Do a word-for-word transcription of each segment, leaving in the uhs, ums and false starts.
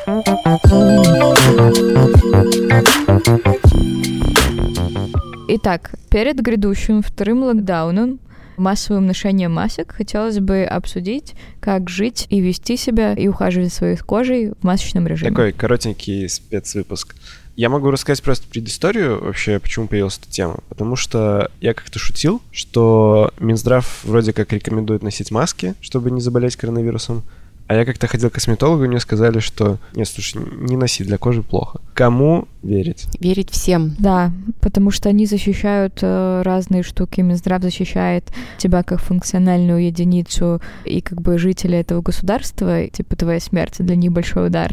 Итак, перед грядущим вторым локдауном, массовым ношением масок, хотелось бы обсудить, как жить и вести себя, и ухаживать за своей кожей в масочном режиме. Такой коротенький спецвыпуск. Я могу рассказать просто предысторию вообще, почему появилась эта тема. Потому что я как-то шутил, что Минздрав вроде как рекомендует носить маски, чтобы не заболеть коронавирусом. А я как-то ходил к косметологу, и мне сказали, что нет, слушай, не носи, для кожи плохо. Кому верить? Верить всем. Да, потому что они защищают э, разные штуки. Минздрав защищает тебя как функциональную единицу и как бы жителя этого государства. И, типа твоя смерть для них большой удар.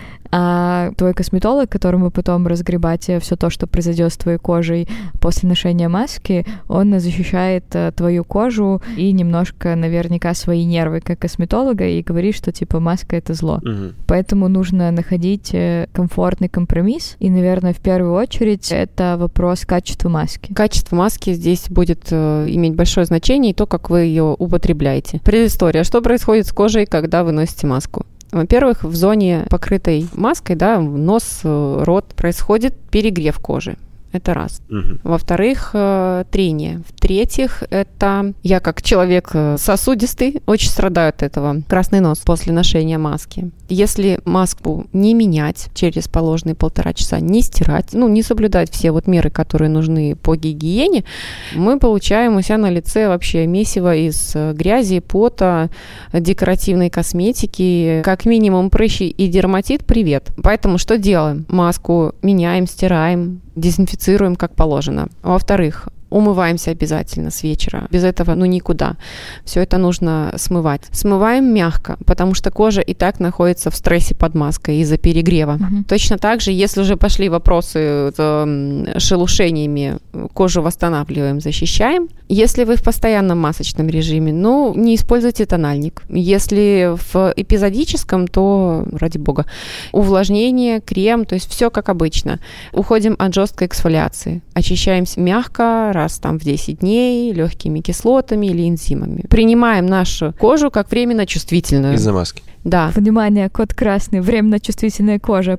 А твой косметолог, которому потом разгребать все то, что произойдет с твоей кожей после ношения маски, он защищает твою кожу и немножко наверняка свои нервы как косметолога и говорит, что типа маска — это зло. Угу. Поэтому нужно находить комфортный компромисс. И, наверное, в первую очередь это вопрос качества маски. Качество маски здесь будет э, иметь большое значение, и то, как вы ее употребляете. Предыстория. Что происходит с кожей, когда вы носите маску? Во-первых, в зоне, покрытой маской, да, нос, рот, происходит перегрев кожи. Это раз. Угу. Во-вторых, трение. В-третьих, это я как человек сосудистый очень страдаю от этого. Красный нос после ношения маски. Если маску не менять через положенные полтора часа, не стирать, ну, не соблюдать все вот меры, которые нужны по гигиене, мы получаем у себя на лице вообще месиво из грязи, пота, декоративной косметики, как минимум прыщи и дерматит — привет. Поэтому что делаем? Маску меняем, стираем, дезинфицируем как положено. Во-вторых, умываемся обязательно с вечера. Без этого, ну, никуда. Все это нужно смывать. Смываем мягко, потому что кожа и так находится в стрессе под маской из-за перегрева. Угу. Точно так же, если уже пошли вопросы с шелушениями, кожу восстанавливаем, защищаем. Если вы в постоянном масочном режиме, ну, не используйте тональник. Если в эпизодическом, то, ради бога, увлажнение, крем, то есть все как обычно. Уходим от жесткой эксфолиации. Очищаемся мягко, раз там в десять дней, легкими кислотами или энзимами. Принимаем нашу кожу как временно чувствительную. Из-за маски. Да. Внимание, код красный, временно чувствительная кожа.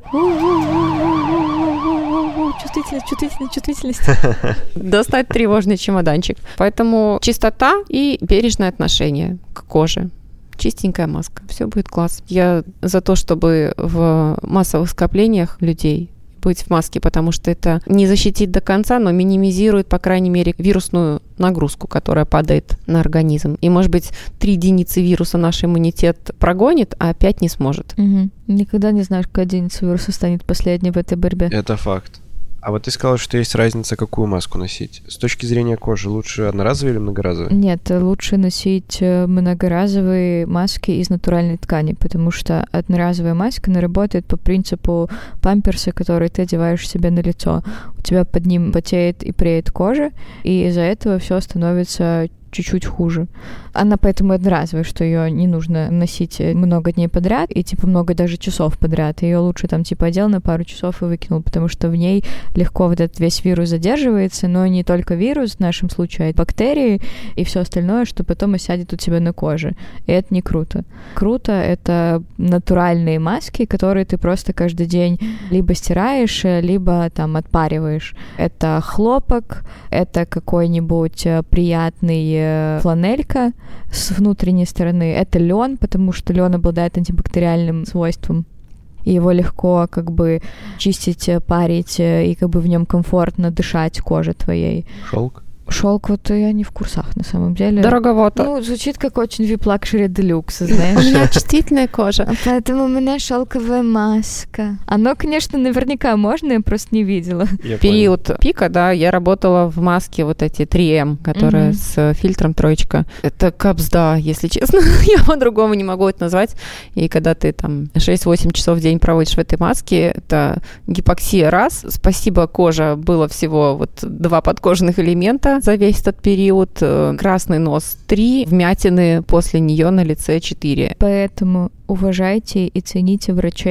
Чувствительность, чувствительность, чувствительность. Достать тревожный чемоданчик. Поэтому чистота и бережное отношение к коже. Чистенькая маска. Все будет класс. Я за то, чтобы в массовых скоплениях людей быть в маске, потому что это не защитит до конца, но минимизирует, по крайней мере, вирусную нагрузку, которая падает на организм. И, может быть, три единицы вируса наш иммунитет прогонит, а пять не сможет. Угу. Никогда не знаешь, какая единица вируса станет последней в этой борьбе. Это факт. А вот ты сказала, что есть разница, какую маску носить. С точки зрения кожи, лучше одноразовые или многоразовые? Нет, лучше носить многоразовые маски из натуральной ткани, потому что одноразовая маска, она работает по принципу памперса, который ты одеваешь себе на лицо. У тебя под ним потеет и преет кожа, и из-за этого все становится чуть-чуть хуже. Она поэтому одноразовая, что ее не нужно носить много дней подряд и типа много даже часов подряд. Ее лучше там типа одел на пару часов и выкинул, потому что в ней легко вот этот весь вирус задерживается, но не только вирус в нашем случае, а бактерии и все остальное, что потом осядет у тебя на коже. И это не круто. Круто — это натуральные маски, которые ты просто каждый день либо стираешь, либо там отпариваешь. Это хлопок, это какой-нибудь приятный фланелька с внутренней стороны. Это лен, потому что лен обладает антибактериальным свойством. И его легко как бы чистить, парить, и как бы в нем комфортно дышать коже твоей. Шелк? Шелк, вот я не в курсах, на самом деле. Дороговато. Ну, звучит как очень вип-лакшери делюкс, знаешь. У меня чувствительная кожа. Поэтому у меня шелковая маска. Оно, конечно, наверняка можно, я просто не видела. Я Период понял. пика, да, я работала в маске вот эти три эм, которая Мгм. с фильтром троечка. Это капсда, если честно. Я по-другому не могу это назвать. И когда ты там шесть-восемь часов в день проводишь в этой маске, это гипоксия раз. Спасибо, кожа, было всего вот два подкожных элемента за весь этот период. Красный нос три, вмятины после нее на лице четыре. Поэтому уважайте и цените врачей,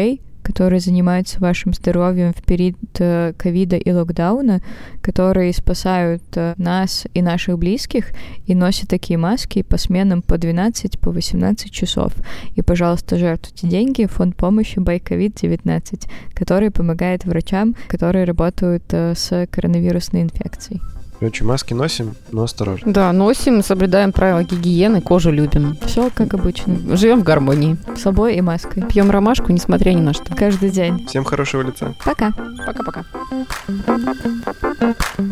которые занимаются вашим здоровьем в период ковида и локдауна, которые спасают нас и наших близких и носят такие маски по сменам по двенадцать, по восемнадцать часов. И, пожалуйста, жертвуйте деньги в фонд помощи by ковид девятнадцать, который помогает врачам, которые работают с коронавирусной инфекцией. Короче, маски носим, но осторожно. Да, носим, соблюдаем правила гигиены, кожу любим. Все как обычно. Живем в гармонии. С собой и маской. Пьем ромашку, несмотря ни на что. Каждый день. Всем хорошего лица. Пока. Пока-пока.